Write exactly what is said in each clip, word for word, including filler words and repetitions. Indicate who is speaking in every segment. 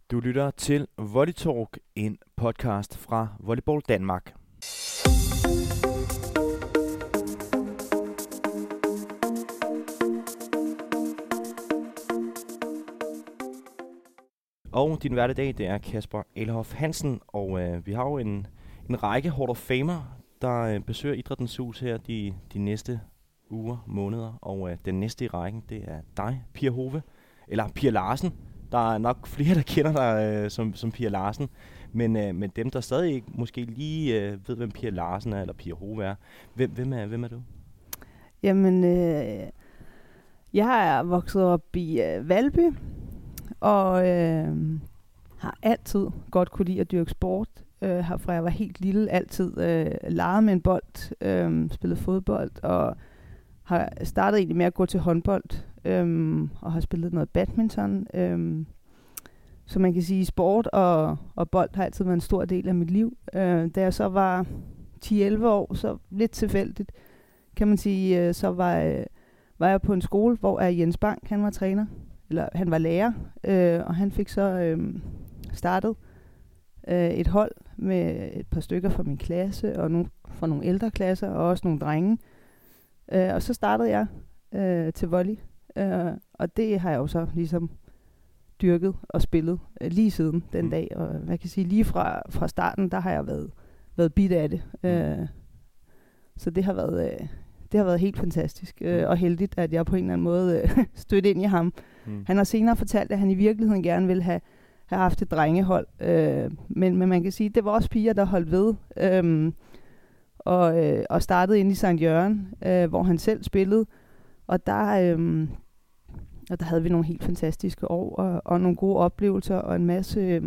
Speaker 1: Du lytter til Volley Talk, en podcast fra Volleyball Danmark. Og din vært i dag, det er Kasper Alehoff Hansen, og øh, vi har jo en, en række Hall of Famer, der øh, besøger Idrættens Hus her de, de næste uger, måneder, og øh, den næste i rækken, det er dig, Pia Hove, eller Pia Larsen. Der er nok flere, der kender dig øh, som, som Pia Larsen, men, øh, men dem, der stadig ikke måske lige øh, ved, hvem Pia Larsen er, eller Pia Hove er, hvem, hvem, er, hvem er du?
Speaker 2: Jamen, øh, jeg er vokset op i øh, Valby, og øh, har altid godt kunne lide at dyrke sport. Øh, har fra jeg var helt lille altid øh, leget med en bold, øh, spillet fodbold, og har startet egentlig med at gå til håndbold, øhm, og har spillet noget badminton. Øhm, så man kan sige, sport og, og bold har altid været en stor del af mit liv. Øh, da jeg så var ti elleve år, så lidt tilfældigt, kan man sige, øh, så var, øh, var jeg på en skole, hvor Jens Bank, han var træner, eller han var lærer, øh, og han fik så øh, startet øh, et hold med et par stykker fra min klasse, og nogle, fra nogle ældre klasser, og også nogle drenge. Uh, og så startede jeg uh, til volley, uh, og det har jeg jo så ligesom dyrket og spillet uh, lige siden den mm. dag. Og man kan sige, lige fra, fra starten, der har jeg været, været bit af det. Uh, mm. Så det har været, uh, det har været helt fantastisk, uh, mm. og heldigt, at jeg på en eller anden måde uh, stødte ind i ham. Mm. Han har senere fortalt, at han i virkeligheden gerne ville have, have haft et drengehold, uh, men, men man kan sige, at det var også piger, der holdt ved. Um, Og, øh, og startede inde i Sankt Jørgen, øh, hvor han selv spillede. Og der, øh, og der havde vi nogle helt fantastiske år, og, og nogle gode oplevelser, og en masse øh,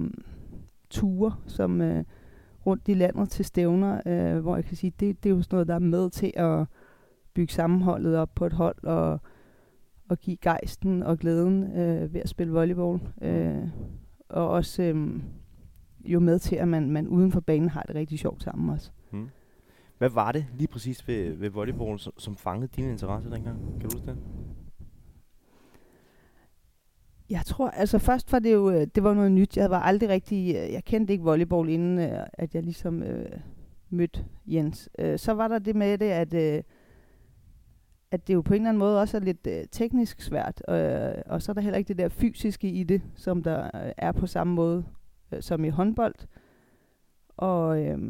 Speaker 2: ture, som øh, rundt i landet til stævner, øh, hvor jeg kan sige, det, det er jo sådan noget, der er med til at bygge sammenholdet op på et hold, og, og give gejsten og glæden øh, ved at spille volleyball. Øh, og også øh, jo med til, at man, man uden for banen har det rigtig sjovt sammen også.
Speaker 1: Hmm. Hvad var det lige præcis ved, ved volleyball, som, som fangede dine interesser dengang? Kan du huske det?
Speaker 2: Jeg tror, altså først var det jo, det var noget nyt. Jeg var aldrig rigtig, jeg kendte ikke volleyball inden, at jeg ligesom øh, mødte Jens. Øh, så var der det med det, at, øh, at det jo på en eller anden måde også er lidt øh, teknisk svært. Øh, og så er der heller ikke det der fysiske i det, som der er på samme måde øh, som i håndbold. Og Øh,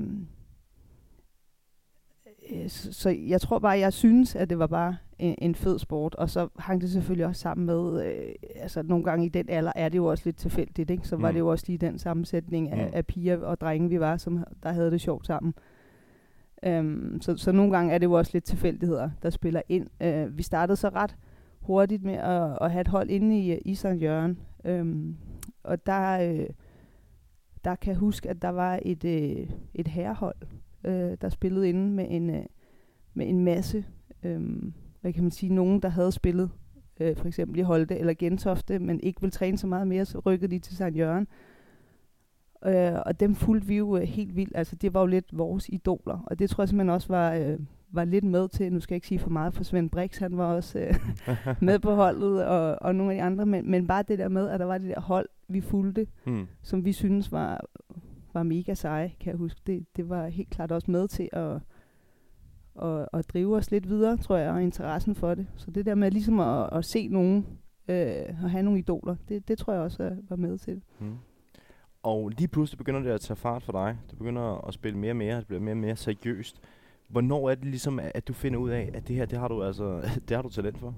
Speaker 2: Så jeg tror bare, jeg synes, at det var bare en, en fed sport, og så hang det selvfølgelig også sammen med, øh, altså nogle gange i den alder er det jo også lidt tilfældigt, ikke? Så mm. var det jo også lige den sammensætning af, mm. af piger og drenge, vi var, som der havde det sjovt sammen. Um, så, så nogle gange er det jo også lidt tilfældigheder, der spiller ind. Uh, vi startede så ret hurtigt med at, at have et hold inde i, i Sankt Jørgen, um, og der, uh, der kan jeg huske, at der var et, uh, et herrehold, Øh, der spillede inde med en, øh, med en masse, øh, hvad kan man sige, nogen, der havde spillet, øh, for eksempel i Holte eller Gentofte, men ikke ville træne så meget mere, så rykkede de til Sankt Jørgen. Øh, og dem fulgte vi jo øh, helt vildt, altså det var jo lidt vores idoler, og det tror jeg simpelthen også var, øh, var lidt med til, nu skal jeg ikke sige for meget, for Svend Brix, han var også øh, med på holdet, og, og nogle af de andre, men, men bare det der med, at der var det der hold, vi fulgte, mm. som vi synes var var mega seje, kan jeg huske. Det, det var helt klart også med til at, at, at drive os lidt videre, tror jeg, og interessen for det. Så det der med ligesom at, at se nogen, øh, og have nogle idoler, det, det tror jeg også var med til. Mm.
Speaker 1: Og lige pludselig begynder det at tage fart for dig. Det begynder at spille mere og mere, det bliver mere og mere seriøst. Hvornår er det ligesom, at du finder ud af, at det her, det har du altså, det har du talent for?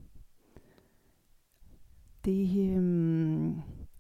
Speaker 2: Det, øh,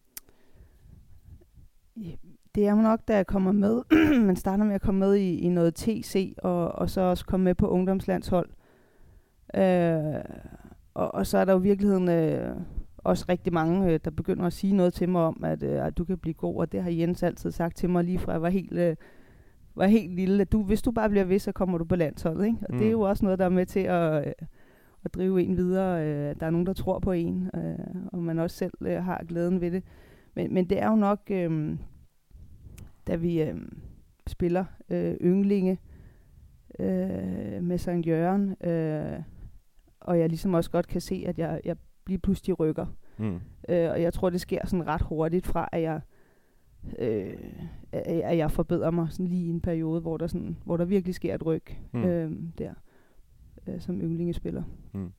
Speaker 2: Det er jo nok, da jeg kommer med. Man starter med at komme med i, i noget T C, og, og så også komme med på ungdomslandshold. Øh, og, og så er der jo i virkeligheden øh, også rigtig mange, øh, der begynder at sige noget til mig om, at, øh, at du kan blive god. Og det har Jens altid sagt til mig, lige fra jeg var helt, øh, var helt lille, at du, hvis du bare bliver ved, så kommer du på landsholdet. Ikke? Og mm. det er jo også noget, der er med til at, øh, at drive en videre. Øh, der er nogen, der tror på en, øh, og man også selv øh, har glæden ved det. Men, men det er jo nok... Øh, da vi øh, spiller øh, ynglinge øh, med Sankt Jørgen, øh, og jeg ligesom også godt kan se, at jeg, jeg lige pludselig rykker. Mm. Øh, og jeg tror, det sker sådan ret hurtigt fra, at jeg, øh, at jeg forbedrer mig sådan lige i en periode, hvor der, sådan, hvor der virkelig sker et ryg mm. øh, der, øh, som yndlingespiller.
Speaker 1: Mm.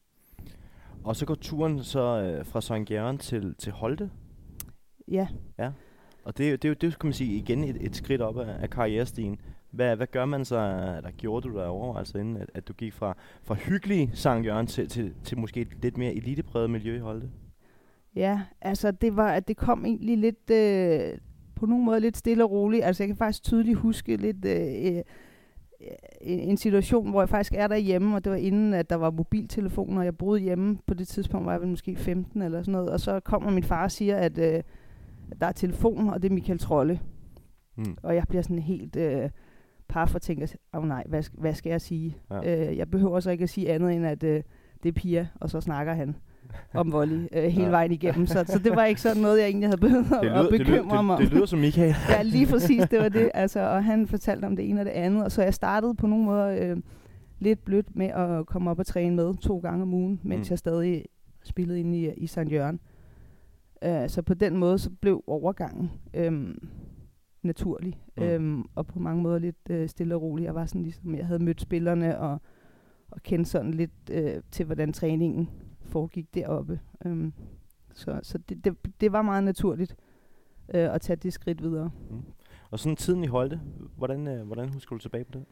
Speaker 1: Og så går turen så øh, fra Sankt Jørgen til, til Holte?
Speaker 2: Ja.
Speaker 1: Ja. Og det, det, det, det kan man sige igen et, et skridt op af, af karrierestigen. Hvad, hvad gør man så, eller gjorde du der overvejelser inden, at, at du gik fra, fra hyggelig Sankt Jørgen til, til, til måske et lidt mere elitepræget miljø i Holte?
Speaker 2: Ja, altså det var, at det kom egentlig lidt, øh, på nogle måder lidt stille og roligt. Altså jeg kan faktisk tydeligt huske lidt øh, øh, en situation, hvor jeg faktisk er derhjemme, og det var inden, at der var mobiltelefoner, og jeg boede hjemme. På det tidspunkt var jeg vel måske femten eller sådan noget, og så kommer min far og siger, at, øh, at der er telefon, og det er Michael Trolle. Mm. Og jeg bliver sådan helt øh, paf og tænker, åh oh, nej, hvad, hvad skal jeg sige? Ja. Øh, jeg behøver så ikke at sige andet, end at øh, det er Pia, og så snakker han om volley øh, hele ja. vejen igennem. Så, så det var ikke sådan noget, jeg egentlig havde behøvet at bekymre mig om.
Speaker 1: Det, det lyder som Michael.
Speaker 2: Ja, lige præcis, det var det. Altså, og han fortalte om det ene og det andet. Og så jeg startede på nogle måder øh, lidt blødt med at komme op og træne med to gange om ugen, mens mm. jeg stadig spillede inde i, i Sankt Jørgen. Uh, så på den måde, så blev overgangen øh, naturlig. Mm. Øhm, og på mange måder lidt øh, stille og rolig. Jeg var sådan ligesom, jeg havde mødt spillerne og, og kendte sådan lidt øh, til, hvordan træningen foregik deroppe. Øhm, så så det, det, det var meget naturligt øh, at tage det skridt videre. Mm.
Speaker 1: Og sådan tiden i Holte, hvordan, øh, hvordan husker du tilbage på det?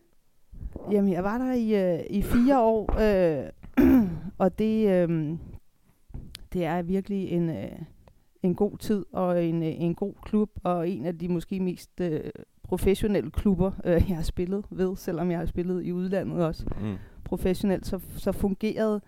Speaker 2: Jamen, jeg var der i, øh, i fire år, øh, og det, øh, det er virkelig en... Øh, en god tid og en, en god klub, og en af de måske mest øh, professionelle klubber, øh, jeg har spillet ved, selvom jeg har spillet i udlandet også mm. professionelt, så, så fungerede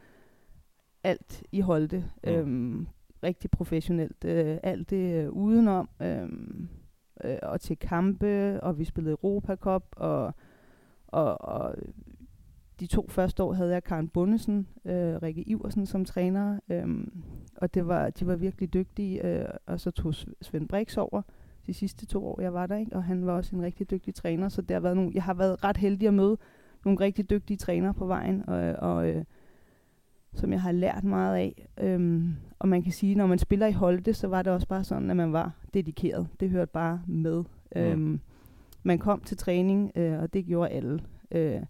Speaker 2: alt i Holte mm. øhm, rigtig professionelt. Øh, alt det øh, udenom, øh, øh, og til kampe, og vi spillede Europa Cup, og, og, og de to første år havde jeg Karen Bundesen, øh, Rikke Iversen som træner, øh, og det var, de var virkelig dygtige, øh, og så tog Svend Brix over de sidste to år, jeg var der, ikke? Og han var også en rigtig dygtig træner, så det har været nogle, jeg har været ret heldig at møde nogle rigtig dygtige trænere på vejen, og, og øh, som jeg har lært meget af. Øhm, og man kan sige, når man spiller i Holte, så var det også bare sådan, at man var dedikeret. Det hørte bare med. Mm. Øhm, man kom til træning, øh, og det gjorde alle. Øh,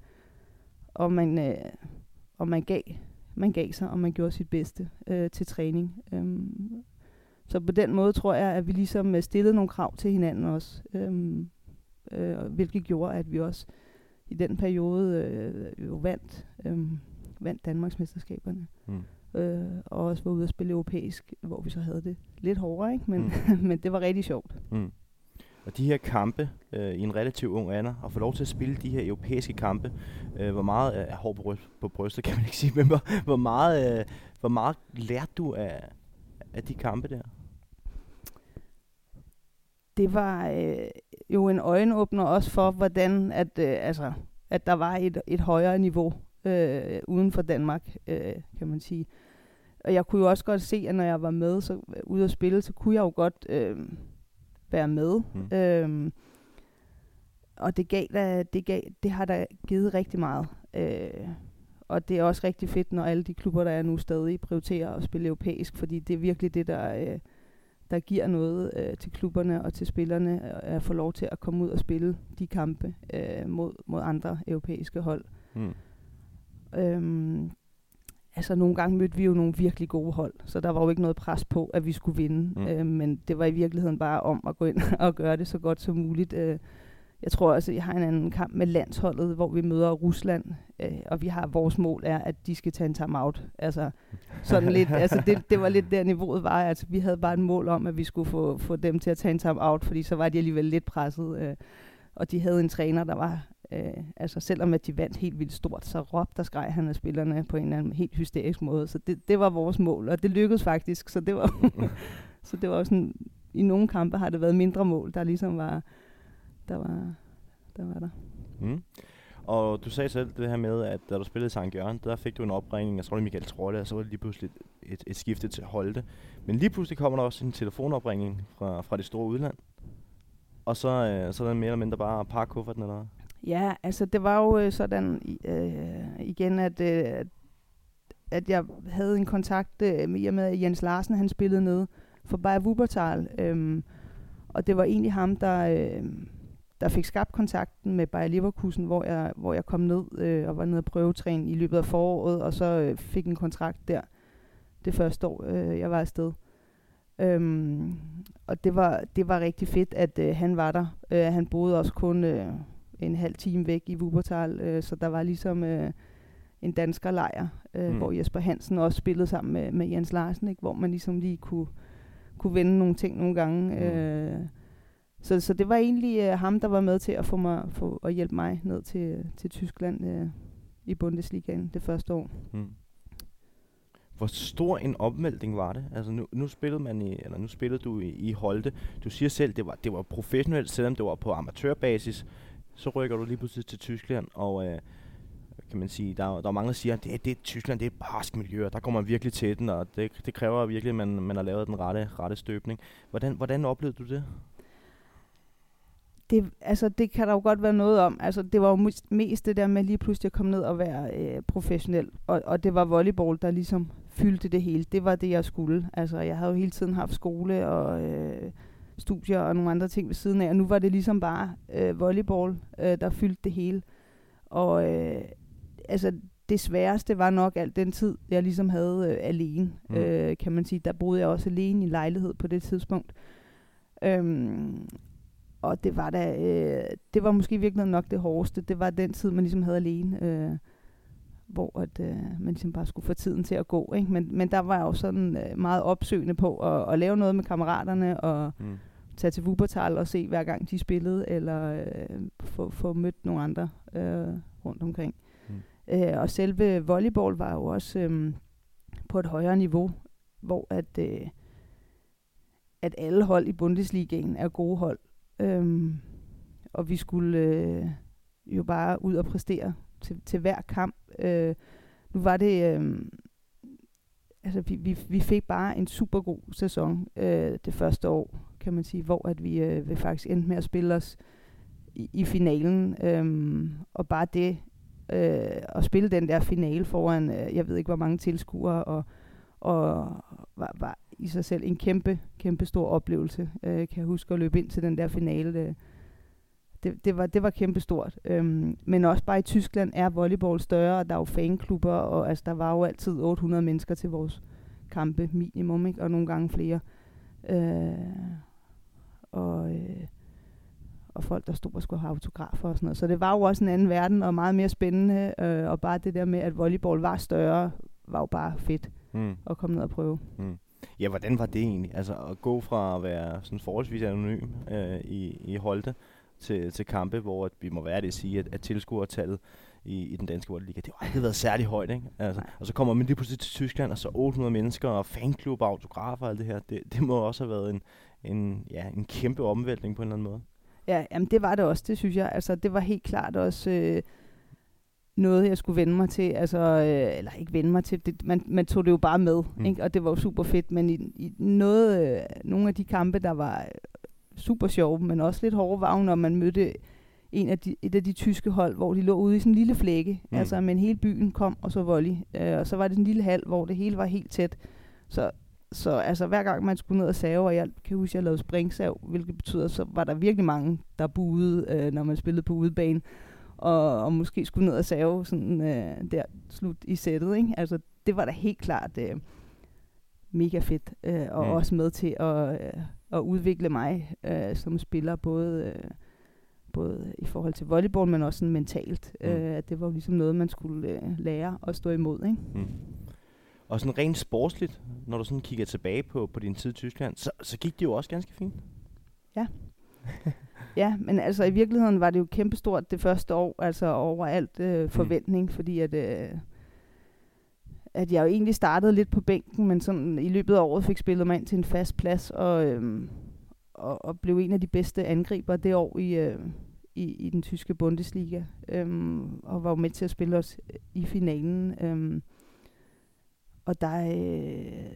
Speaker 2: og man, øh, og man gav, man gav sig, og man gjorde sit bedste øh, til træning. Øhm, så på den måde tror jeg, at vi ligesom stillede nogle krav til hinanden også, øhm, øh, hvilket gjorde, at vi også i den periode øh, jo vandt, øh, vandt Danmarksmesterskaberne. Mm. Øh, og også var ude at spille europæisk, hvor vi så havde det lidt hårdere, ikke? Men, mm. men det var rigtig sjovt.
Speaker 1: Mm. Og de her kampe øh, i en relativt ung alder, og få lov til at spille de her europæiske kampe, øh, hvor meget er øh, hår på, bryst, på brystet, kan man ikke sige, men hvor, hvor, meget, øh, hvor meget lærte du af, af de kampe der?
Speaker 2: Det var øh, jo en øjenåbner også for, hvordan at, øh, altså, at der var et, et højere niveau øh, uden for Danmark, øh, kan man sige. Og jeg kunne jo også godt se, at når jeg var med så, øh, ude at spille, så kunne jeg jo godt øh, være med. Mm. Øh, og det, gav da, det, gav, det har da givet rigtig meget. Øh, og det er også rigtig fedt, når alle de klubber, der er nu, stadig prioriterer at spille europæisk, fordi det er virkelig det, der... Øh, der giver noget øh, til klubberne og til spillerne øh, at få lov til at komme ud og spille de kampe øh, mod, mod andre europæiske hold. Mm. Øhm, altså nogle gange mødte vi jo nogle virkelig gode hold, så der var jo ikke noget pres på, at vi skulle vinde. Mm. Øh, men det var i virkeligheden bare om at gå ind og gøre det så godt som muligt. Øh, jeg tror også, at jeg har en anden kamp med landsholdet, hvor vi møder Rusland, øh, og vi har vores mål er, at de skal tage en timeout. Altså, sådan lidt, altså det, det var lidt der niveauet var. Altså, vi havde bare et mål om, at vi skulle få, få dem til at tage en timeout, fordi så var de alligevel lidt presset. Øh, og de havde en træner, der var, øh, altså selvom at de vandt helt vildt stort, så råbte og skreg han af spillerne på en eller anden helt hysterisk måde. Så det, det var vores mål, og det lykkedes faktisk. Så det var, så det var sådan, i nogle kampe har det været mindre mål, der ligesom var... Der var, der var der. Mm.
Speaker 1: Og du sagde selv det her med, at da du spillede i Sankt Jørgen, der fik du en opringning, jeg tror det Michael Trolle, og så var det lige pludselig et, et, et skifte til Holte. Men lige pludselig kommer der også en telefonopringning fra, fra det store udland. Og så, øh, så er det mere eller mindre bare at pakke kufferten, eller hvad?
Speaker 2: Ja, altså det var jo øh, sådan øh, igen, at, øh, at jeg havde en kontakt øh, med, i og med, at Jens Larsen, han spillede nede for Bayer Wuppertal. Øhm, og det var egentlig ham, der, øh, der fik skabt kontakten med Bayer Leverkusen, hvor jeg, hvor jeg kom ned øh, og var nede og prøvetræne i løbet af foråret, og så øh, fik en kontrakt der det første år, øh, jeg var afsted. Øhm, og det var, det var rigtig fedt, at øh, han var der. Øh, han boede også kun øh, en halv time væk i Wuppertal, øh, så der var ligesom øh, en danskerlejr, øh, mm. hvor Jesper Hansen også spillede sammen med, med Jens Larsen, ikke? Hvor man ligesom lige kunne, kunne vende nogle ting nogle gange. Mm. Øh, så, så det var egentlig øh, ham, der var med til at få mig få, at hjælpe mig ned til, til Tyskland øh, i Bundesligaen det første år. Mm.
Speaker 1: Hvor stor en opmelding var det? Altså nu, nu spillede man i, eller nu spillede du i, i Holte. Du siger selv, det var det var professionelt, selvom det var på amatørbasis. Så rykker du lige pludselig til Tyskland, og øh, kan man sige, der, der er mange, der siger, at det, det, Tyskland det er et barsk miljø, og der går man virkelig til den, og det, det kræver virkelig, at man, man har lavet den rette, rette støbning. Hvordan, hvordan oplevede du det?
Speaker 2: Det, altså, det kan der jo godt være noget om. Altså, det var jo mest det der med lige pludselig at komme ned og være øh, professionel. Og, og det var volleyball, der ligesom fyldte det hele. Det var det, jeg skulle. Altså, jeg havde jo hele tiden haft skole og øh, studier og nogle andre ting ved siden af. Og nu var det ligesom bare øh, volleyball, øh, der fyldte det hele. Og øh, altså, det sværeste var nok alt den tid, jeg ligesom havde øh, alene. Mm. Øh, kan man sige. Der boede jeg også alene i lejlighed på det tidspunkt. Øhm, Og det var da, øh, det var måske virkelig nok det hårdeste. Det var den tid, man ligesom havde alene, øh, hvor at, øh, man ligesom bare skulle få tiden til at gå. Ikke? Men, men der var jeg jo sådan øh, meget opsøgende på at, at lave noget med kammeraterne, og mm. tage til Wuppertal og se hver gang de spillede, eller øh, få, få mødt nogle andre øh, rundt omkring. Mm. Øh, og selve volleyball var jo også øh, på et højere niveau, hvor at, øh, at alle hold i Bundesligaen er gode hold. Øhm, og vi skulle øh, jo bare ud og præstere til, til hver kamp. Øh, nu var det, øh, altså vi, vi, vi fik bare en super god sæson øh, det første år, kan man sige, hvor at vi, øh, vi faktisk endte med at spille os i, i finalen. Øh, og bare det, øh, at spille den der finale foran, øh, jeg ved ikke hvor mange tilskuere, og, og var, var i sig selv en kæmpe, kæmpe stor oplevelse. Øh, kan jeg huske at løbe ind til den der finale. Det, det, var, det var kæmpe stort. Øhm, men også bare i Tyskland er volleyball større, og der er jo fanklubber, og altså, der var jo altid otte hundrede mennesker til vores kampe minimum, ikke? Og nogle gange flere. Øh, og, øh, og folk, der stod og skulle have autografer og sådan noget. Så det var jo også en anden verden, og meget mere spændende. Øh, og bare det der med, at volleyball var større, var jo bare fedt mm. at komme ned og prøve. Mm.
Speaker 1: Ja, hvordan var det egentlig? Altså at gå fra at være sådan forholdsvis anonym øh, i, i Holte til, til kampe, hvor at vi må være det at sige, at, at tilskuertallet i, i den danske volleyliga, det har aldrig været særlig højt, ikke? Altså, og så kommer man lige pludselig til Tyskland, og så otte hundrede mennesker, og fanklub, autografer og alt det her. Det, det må også have været en, en, ja, en kæmpe omvæltning på en eller anden måde.
Speaker 2: Ja, jamen det var det også, det synes jeg. Altså det var helt klart også øh, noget, jeg skulle vende mig til. Altså, øh, eller ikke vende mig til, det, man, man tog det jo bare med, mm. ikke? Og det var jo super fedt. Men i, i noget, øh, nogle af de kampe, der var super sjove, men også lidt hårde, var, når man mødte en af de, et af de tyske hold, hvor de lå ude i sådan en lille flække. Mm. Altså, men hele byen kom, og så volley. Øh, og så var det en lille hal, hvor det hele var helt tæt. Så Så altså, hver gang man skulle ned og save, og jeg kan huske, at jeg lavede springsav, hvilket betyder, så var der virkelig mange, der buede, øh, når man spillede på udebane, og, og måske skulle ned og save sådan øh, der slut i sættet, ikke? Altså, det var da helt klart øh, mega fedt, øh, og mm. også med til at, øh, at udvikle mig øh, som spiller, både, øh, både i forhold til volleyball, men også sådan mentalt. Mm. Øh, at det var ligesom noget, man skulle øh, lære at stå imod, ikke? Mm.
Speaker 1: Og sådan rent sportsligt, når du sådan kigger tilbage på, på din tid i Tyskland, så, så gik det jo også ganske fint.
Speaker 2: Ja. Ja, men altså i virkeligheden var det jo kæmpestort det første år, altså overalt øh, forventning, mm. fordi at, øh, at jeg jo egentlig startede lidt på bænken, men sådan i løbet af året fik spillet mig ind til en fast plads, og, øh, og, og blev en af de bedste angriber det år i, øh, i, i den tyske Bundesliga, øh, og var jo med til at spille os i finalen. Øh, Og der, øh,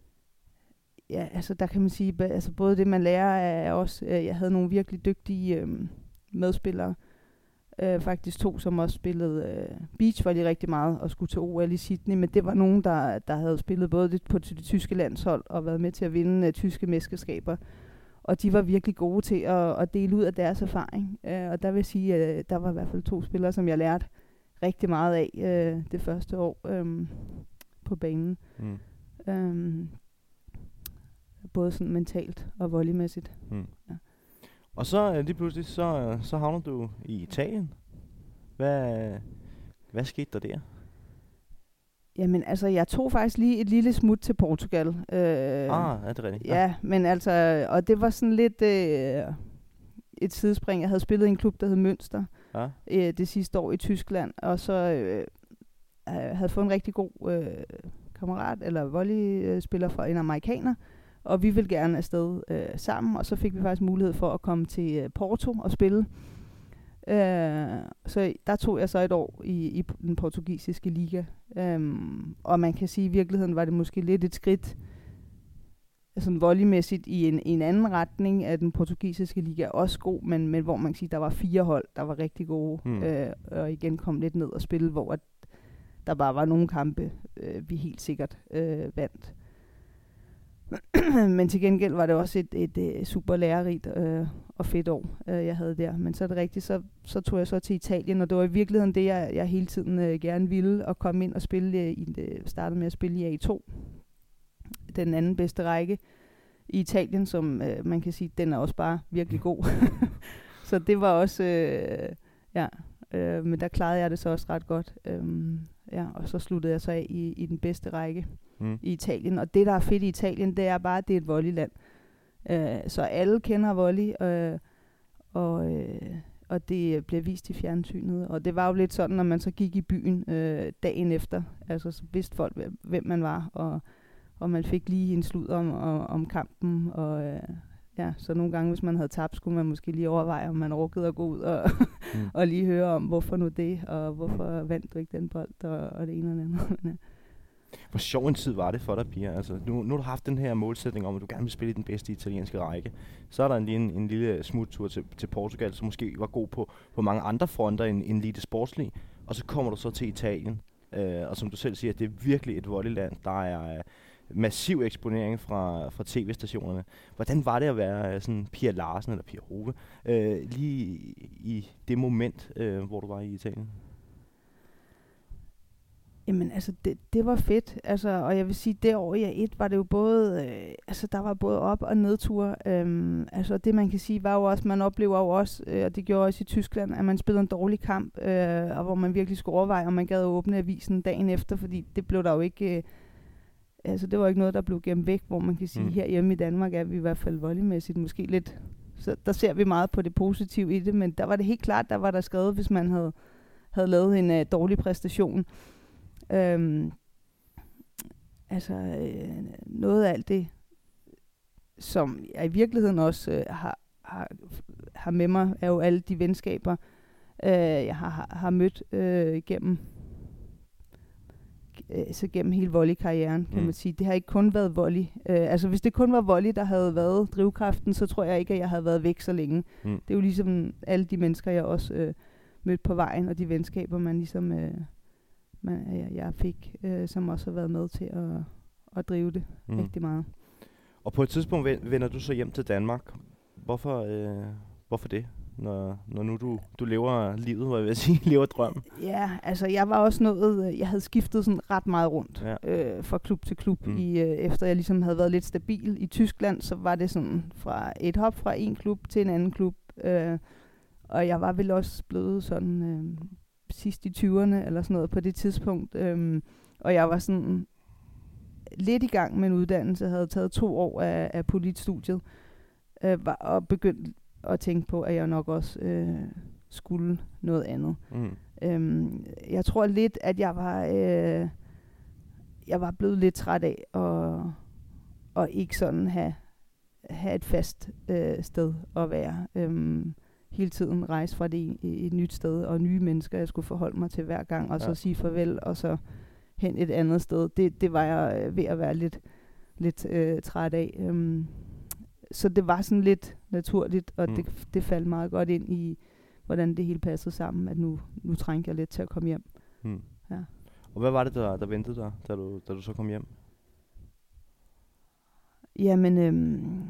Speaker 2: ja, altså der kan man sige, altså både det man lærer af os, øh, jeg havde nogle virkelig dygtige øh, medspillere, Øh, faktisk to, som også spillede øh, beachvolley rigtig meget og skulle til O L i Sydney, men det var nogen, der, der havde spillet både det, på det tyske landshold og været med til at vinde øh, tyske mesterskaber. Og de var virkelig gode til at, at dele ud af deres erfaring. Øh, og der vil jeg sige, at øh, der var i hvert fald to spillere, som jeg lærte rigtig meget af øh, det første år øh, på banen. Mm. Øh, både sådan mentalt og volleymæssigt. Mm. Ja.
Speaker 1: Og så lige pludselig, så, så havner du i Italien. Hvad, hvad skete der der?
Speaker 2: Jamen altså, jeg tog faktisk lige et lille smut til Portugal. Øh,
Speaker 1: ah, er det rigtigt?
Speaker 2: Ja, ja, men altså, og det var sådan lidt øh, et sidespring. Jeg havde spillet i en klub, der hed Münster ja. øh, det sidste år i Tyskland, og så øh, havde fået en rigtig god øh, kammerat, eller volleyspiller fra en amerikaner, og vi ville gerne afsted øh, sammen, og så fik vi faktisk mulighed for at komme til øh, Porto og spille. Øh, så der tog jeg så et år i, i den portugisiske liga. Um, og man kan sige, at i virkeligheden var det måske lidt et skridt sådan volleymæssigt i en, i en anden retning, at den portugisiske liga er også god, men, men hvor man kan sige, der var fire hold, der var rigtig gode, hmm. øh, og igen kom lidt ned og spille, hvor at der bare var nogle kampe, øh, vi helt sikkert øh, vandt. Men til gengæld var det også et, et, et super lærerigt øh, og fedt år, øh, jeg havde der. Men så er det rigtigt, så, så tog jeg så til Italien, og det var i virkeligheden det, jeg, jeg hele tiden øh, gerne ville, at komme ind og spille. Øh, i, øh, startede med at spille i A to, den anden bedste række i Italien, som øh, man kan sige, den er også bare virkelig god. Så det var også, øh, ja, øh, men der klarede jeg det så også ret godt. Øh, ja, og så sluttede jeg så af i, i den bedste række. Mm. i Italien, og det der er fedt i Italien, det er bare, at det er et volleyland. Uh, så alle kender volley, uh, og, uh, og det bliver vist i fjernsynet, og det var jo lidt sådan, når man så gik i byen uh, dagen efter, altså så vidste folk, hvem man var, og, og man fik lige en slud om, om, om kampen, og uh, ja, så nogle gange, hvis man havde tabt, skulle man måske lige overveje, om man orkede at gå ud og, mm. og lige høre om, hvorfor nu det, og hvorfor vandt du ikke den bold, og, og det ene og det andet.
Speaker 1: Hvor sjov en tid var det for dig, Pia? Altså, nu, nu har du haft den her målsætning om, at du gerne vil spille i den bedste italienske række. Så er der en, en, en lille smuttur til, til Portugal, som måske var god på, på mange andre fronter end, end lige det sportslige. Og så kommer du så til Italien. Øh, og som du selv siger, det er virkelig et volleyland. Der er øh, massiv eksponering fra, fra tv-stationerne. Hvordan var det at være øh, sådan Pia Larsen eller Pia Hove øh, lige i, i det moment, øh, hvor du var i Italien?
Speaker 2: Jamen altså, det, det var fedt, altså, og jeg vil sige, det år i A et var det jo både, øh, altså der var både op- og nedture, øhm, altså det man kan sige var jo også, man oplever jo også, øh, og det gjorde også i Tyskland, at man spillede en dårlig kamp, øh, og hvor man virkelig skulle overveje, om man gad at åbne avisen dagen efter, fordi det blev der jo ikke, øh, altså det var ikke noget, der blev gemt væk, hvor man kan sige, mm. her hjemme i Danmark er vi i hvert fald volleymæssigt måske lidt, så der ser vi meget på det positive i det, men der var det helt klart, der var der skrevet, hvis man havde, havde lavet en øh, dårlig præstation. Øhm, altså øh, noget af alt det, som jeg i virkeligheden også øh, har, har, har med mig, er jo alle de venskaber, øh, jeg har, har, har mødt øh, gennem, øh, så gennem hele volleykarrieren, kan mm. man sige. Det har ikke kun været volley. Øh, altså hvis det kun var volley, der havde været drivkraften, så tror jeg ikke, at jeg havde været væk så længe. Mm. Det er jo ligesom alle de mennesker, jeg også øh, mødt på vejen, og de venskaber, man ligesom... Øh, Man, jeg, jeg fik, øh, som også har været med til at, at drive det mm. rigtig meget.
Speaker 1: Og på et tidspunkt vender du så hjem til Danmark. Hvorfor, øh, hvorfor det, når, når nu du, du lever livet, hvad jeg vil sige, lever drømmen?
Speaker 2: Ja, altså jeg var også noget, jeg havde skiftet sådan ret meget rundt ja. øh, fra klub til klub. Mm. I, øh, efter jeg ligesom havde været lidt stabil i Tyskland, så var det sådan fra et hop fra en klub til en anden klub. Øh, og jeg var vel også blevet sådan... Øh, sidst i tyverne eller sådan noget på det tidspunkt, øhm, og jeg var sådan lidt i gang med en uddannelse, havde taget to år af, af politstudiet, øh, var, og begyndt at tænke på, at jeg nok også øh, skulle noget andet. Mm. Øhm, jeg tror lidt, at jeg var øh, jeg var blevet lidt træt af at, at ikke sådan have, have et fast øh, sted at være. Øhm, hele tiden rejse fra det i et nyt sted, og nye mennesker, jeg skulle forholde mig til hver gang, og ja. så sige farvel, og så hen et andet sted. Det, det var jeg øh, ved at være lidt, lidt øh, træt af. Um, så det var sådan lidt naturligt, og mm. det, det faldt meget godt ind i hvordan det hele passede sammen, at nu, nu trængte jeg lidt til at komme hjem.
Speaker 1: Mm.
Speaker 2: Ja.
Speaker 1: Og hvad var det, der, der ventede dig, da du, da du så kom hjem?
Speaker 2: Jamen, øhm,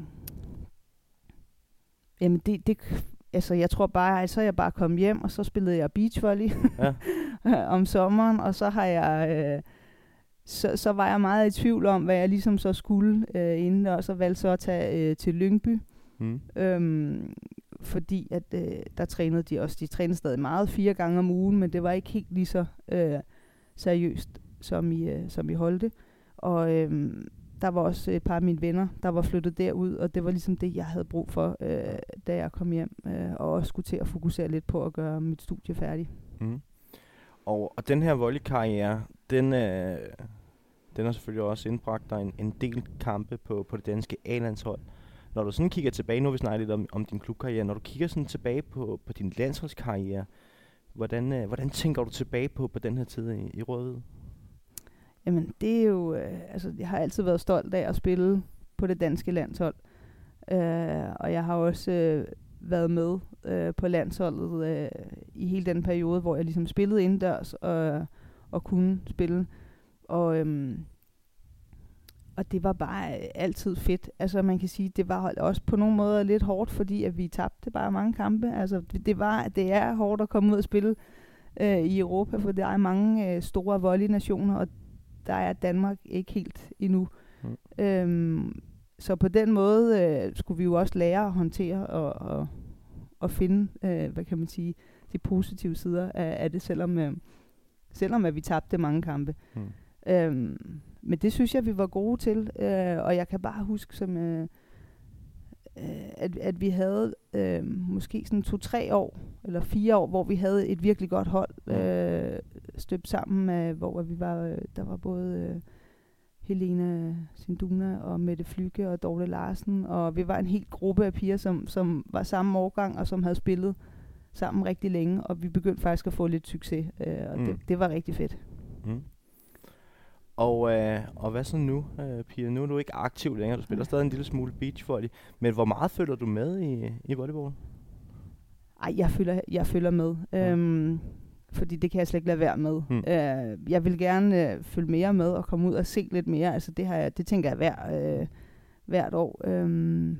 Speaker 2: jamen det, det, altså jeg tror bare, at så er jeg bare kommet hjem, og så spillede jeg beachvolley ja. om sommeren, og så har jeg, øh, så, så var jeg meget i tvivl om, hvad jeg ligesom så skulle øh, inden, og så valgte så at tage øh, til Lyngby, mm. øhm, fordi at øh, der trænede de også, de trænede stadig meget, fire gange om ugen, men det var ikke helt lige så øh, seriøst, som I, øh, som I holdte, og øh, der var også et par af mine venner, der var flyttet derud, og det var ligesom det, jeg havde brug for, øh, da jeg kom hjem, øh, og også skulle til at fokusere lidt på at gøre mit studie færdigt.
Speaker 1: Mm. Og, og den her volleykarriere, den, øh, den har selvfølgelig også indbragt dig en, en del kampe på, på det danske A-landshold. Når du sådan kigger tilbage, nu har vi snakket lidt om, om din klubkarriere, når du kigger sådan tilbage på, på din landsholdskarriere, hvordan, øh, hvordan tænker du tilbage på, på den her tid i, i Rødhvide?
Speaker 2: Jamen, det er jo, øh, altså, jeg har altid været stolt af at spille på det danske landshold. Øh, og jeg har også øh, været med øh, på landsholdet øh, i hele den periode, hvor jeg ligesom spillede indendørs og, og kunne spille. Og, øhm, og det var bare altid fedt. Altså, man kan sige, det var også på nogle måder lidt hårdt, fordi at vi tabte bare mange kampe. Altså, det, var, det er hårdt at komme ud og spille øh, i Europa, for der er mange øh, store volleynationer, og der er Danmark ikke helt endnu. Mm. Øhm, så på den måde øh, skulle vi jo også lære at håndtere og, og, og finde, øh, hvad kan man sige, de positive sider af, af det, selvom, øh, selvom at vi tabte mange kampe. Mm. Øhm, men det synes jeg, vi var gode til, øh, og jeg kan bare huske, som, øh, at, at vi havde øh, måske sådan to-tre år, eller fire år, hvor vi havde et virkelig godt hold øh, støbt sammen, øh, hvor vi var, øh, der var både øh, Helena Sinduna og Mette Flyge og Dorte Larsen, og vi var en hel gruppe af piger, som, som var samme årgang, og som havde spillet sammen rigtig længe, og vi begyndte faktisk at få lidt succes, øh, og mm. det, det var rigtig fedt. Mm.
Speaker 1: Og, øh, og hvad så nu, øh, Pia? Nu er du ikke aktiv længere, du spiller stadig en lille smule beachvolley, men hvor meget følger du med i, i volleyball?
Speaker 2: Ej, jeg følger, jeg følger med, ja. øhm, fordi det kan jeg slet ikke lade være med. Hmm. Øh, jeg vil gerne øh, følge mere med og komme ud og se lidt mere, altså det, har jeg, det tænker jeg hver, øh, hvert år. Øhm,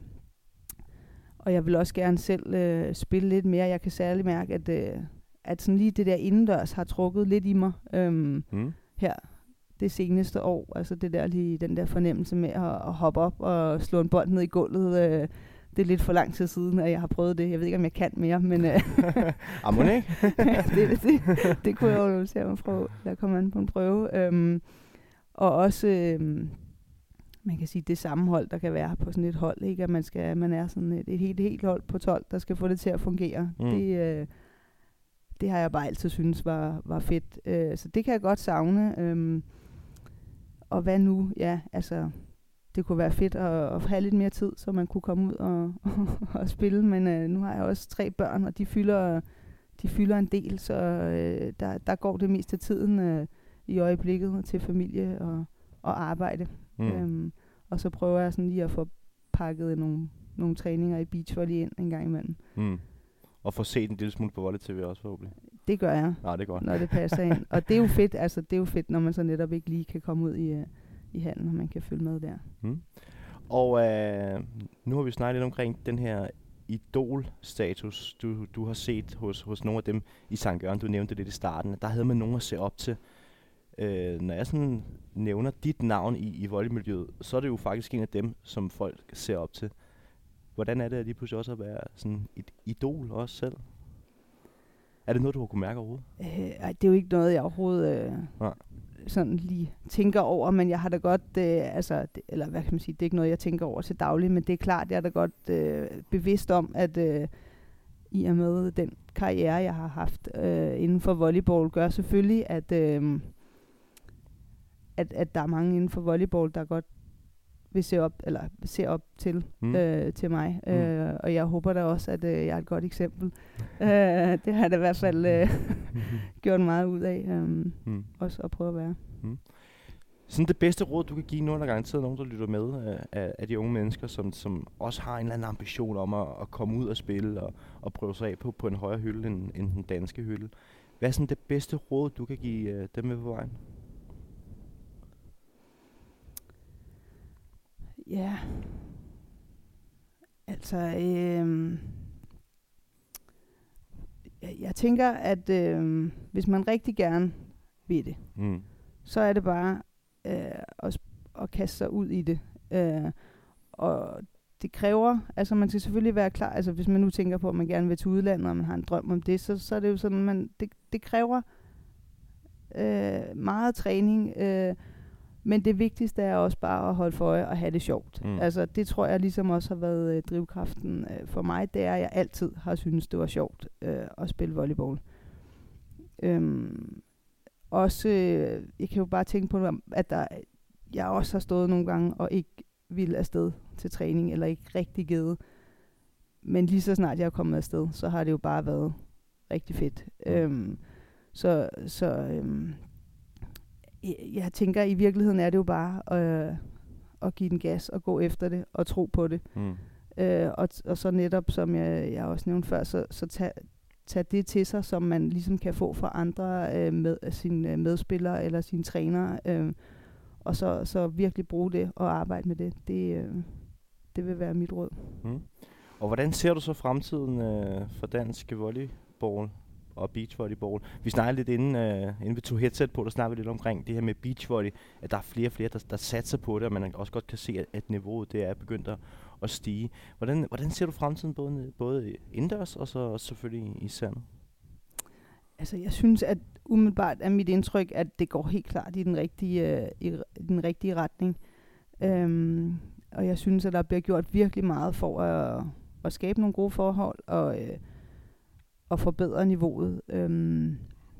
Speaker 2: og jeg vil også gerne selv øh, spille lidt mere. Jeg kan særlig mærke, at, øh, at sådan lige det der indendørs har trukket lidt i mig øhm, hmm. her det seneste år, altså det der lige, den der fornemmelse med at, at hoppe op og slå en bold ned i gulvet, øh, det er lidt for lang tid siden, at jeg har prøvet det. Jeg ved ikke, om jeg kan mere, men øh,
Speaker 1: Amon ikke?
Speaker 2: det, det, det kunne jeg jo se mig prøve, der kommer an på en prøve. Øhm, og også, øhm, man kan sige, det sammenhold, der kan være på sådan et hold, ikke? At man, skal, man er sådan et, et helt, helt hold på tolv, der skal få det til at fungere. Mm. Det, øh, det har jeg bare altid synes var, var fedt. Øh, så det kan jeg godt savne. Øhm, Og hvad nu? Ja, altså, det kunne være fedt at, at have lidt mere tid, så man kunne komme ud og, og spille. Men øh, nu har jeg også tre børn, og de fylder, de fylder en del, så øh, der, der går det meste af tiden øh, i øjeblikket til familie og, og arbejde. Mm. Øhm, og så prøver jeg sådan lige at få pakket nogle, nogle træninger i beachvolley ind en gang imellem. Mm.
Speaker 1: Og få set en lille smule på volley-tv også forhåbentlig.
Speaker 2: Det gør jeg,
Speaker 1: Nej, det er godt.
Speaker 2: når det passer ind. Og det er jo fedt, altså det er jo fedt, når man så netop ikke lige kan komme ud i, uh, i hallen, og man kan følge med der. Mm.
Speaker 1: Og øh, nu har vi snakket lidt omkring den her idol-status, du, du har set hos, hos nogle af dem i Sankt Jørgen. Du nævnte det i starten. Der havde man nogen at se op til. Øh, når jeg sådan nævner dit navn i, i volleymiljøet, så er det jo faktisk en af dem, som folk ser op til. Hvordan er det at lige pludselig også at være sådan et idol også selv? Er det noget, du har kunnet mærke overhovedet?
Speaker 2: Øh, ej, det er jo ikke noget, jeg overhovedet øh, sådan lige tænker over, men jeg har da godt, øh, altså, det, eller hvad kan man sige, det er ikke noget, jeg tænker over til daglig, men det er klart, jeg er da godt øh, bevidst om, at øh, i og med den karriere, jeg har haft øh, inden for volleyball, gør selvfølgelig, at, øh, at, at der er mange inden for volleyball, der godt vil se op, eller ser op til, mm. øh, til mig. Mm. Øh, og jeg håber da også, at øh, jeg er et godt eksempel. øh, det har jeg da i hvert fald øh, gjort meget ud af, øh, mm. også at prøve at være. Mm.
Speaker 1: Sådan det bedste råd, du kan give, nu er der garanteret nogen, der lytter med øh, af, af de unge mennesker, som, som også har en eller anden ambition om at, at komme ud og spille og, og prøve sig af på, på en højere hylde end, end den danske hylde. Hvad er sådan det bedste råd, du kan give øh, dem med på vejen?
Speaker 2: Ja, altså, øh, jeg, jeg tænker, at øh, hvis man rigtig gerne vil det,
Speaker 1: Mm.
Speaker 2: så er det bare øh, at, at kaste sig ud i det. Øh, og det kræver, altså man skal selvfølgelig være klar, altså hvis man nu tænker på, at man gerne vil til udlandet, og man har en drøm om det, så, så er det jo sådan, man, det, det kræver øh, meget træning, øh, men det vigtigste er også bare at holde for øje og have det sjovt.
Speaker 1: Mm.
Speaker 2: Altså det tror jeg ligesom også har været øh, drivkraften øh, for mig, det er, at jeg altid har syntes, det var sjovt øh, at spille volleyball. Øhm, også, øh, jeg kan jo bare tænke på, at der, jeg også har stået nogle gange og ikke ville afsted til træning, eller ikke rigtig givet. Men lige så snart jeg er kommet afsted, så har det jo bare været rigtig fedt. Mm. Øhm, så så øhm, jeg, jeg tænker, i virkeligheden er det jo bare øh, at give den gas og gå efter det og tro på det.
Speaker 1: Mm.
Speaker 2: Øh, og, og så netop, som jeg, jeg også nævnte før, så, så tag, tag det til sig, som man ligesom kan få fra andre øh, med sine medspillere eller sine trænere. Øh, og så, så virkelig bruge det og arbejde med det. Det, øh, det vil være mit råd.
Speaker 1: Mm. Og hvordan ser du så fremtiden øh, for dansk volleyball og beachvolleyball? Vi snakkede lidt inden, øh, inden vi tog headset på, der snakkede vi lidt omkring det her med beachvolley, at der er flere og flere, der, der satser på det, og man også godt kan se, at, at niveauet det er begyndt at, at stige. Hvordan, hvordan ser du fremtiden både, både indendørs og så selvfølgelig i sandet?
Speaker 2: Altså, jeg synes, at umiddelbart er mit indtryk, at det går helt klart i den rigtige, øh, i, i den rigtige retning. Øhm, og jeg synes, at der bliver gjort virkelig meget for at, at skabe nogle gode forhold og, øh, og forbedre niveauet. Øhm,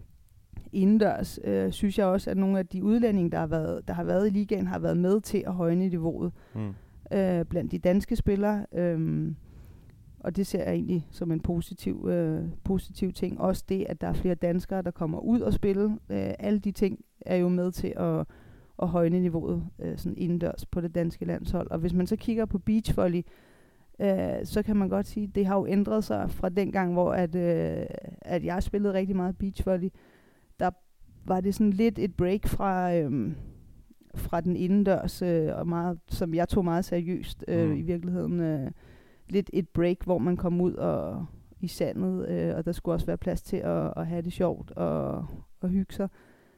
Speaker 2: indendørs øh, synes jeg også, at nogle af de udlændinge, der har været, der har været i ligaen, har været med til at højne niveauet mm. øh, blandt de danske spillere. Øhm, Og det ser jeg egentlig som en positiv, øh, positiv ting. Også det, at der er flere danskere, der kommer ud og spille. Øh, alle de ting er jo med til at, at højne niveauet øh, sådan indendørs på det danske landshold. Og hvis man så kigger på beachvolley, øh, så kan man godt sige, at det har jo ændret sig fra den gang, hvor at, øh, at jeg spillede rigtig meget beachvolley. Der var det sådan lidt et break fra, øh, fra den indendørs, øh, og meget, som jeg tog meget seriøst øh, mm. i virkeligheden. Øh, lidt et break, hvor man kom ud og i sandet, øh, og der skulle også være plads til at, at have det sjovt og, og hygge sig.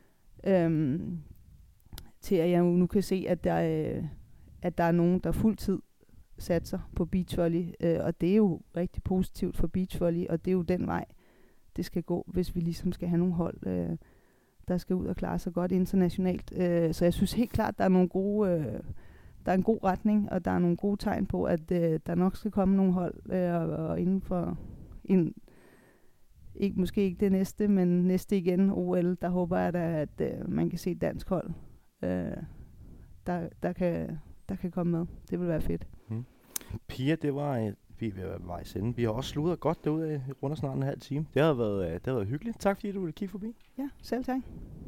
Speaker 2: Øhm, til at jeg nu kan se, at der, øh, at der er nogen, der fuldtid satser på beachvolley, øh, og det er jo rigtig positivt for beachvolley, og det er jo den vej, det skal gå, hvis vi ligesom skal have nogle hold, øh, der skal ud og klare sig godt internationalt. Øh, så jeg synes helt klart, der er nogle gode... Øh, Der er en god retning, og der er nogle gode tegn på, at øh, der nok skal komme nogle hold, øh, og, og inden for, en, ikke, måske ikke det næste, men næste igen, O L, der håber jeg da, at øh, man kan se et dansk hold, øh, der, der, kan, der kan komme med. Det vil være fedt.
Speaker 1: Hmm. Pia, det var, øh, vi er ved at være vejs ende. Vi har også sludret godt derude, rundt snart en halv time. Det har været, øh, det har været hyggeligt. Tak fordi du ville kigge forbi.
Speaker 2: Ja, selv tak.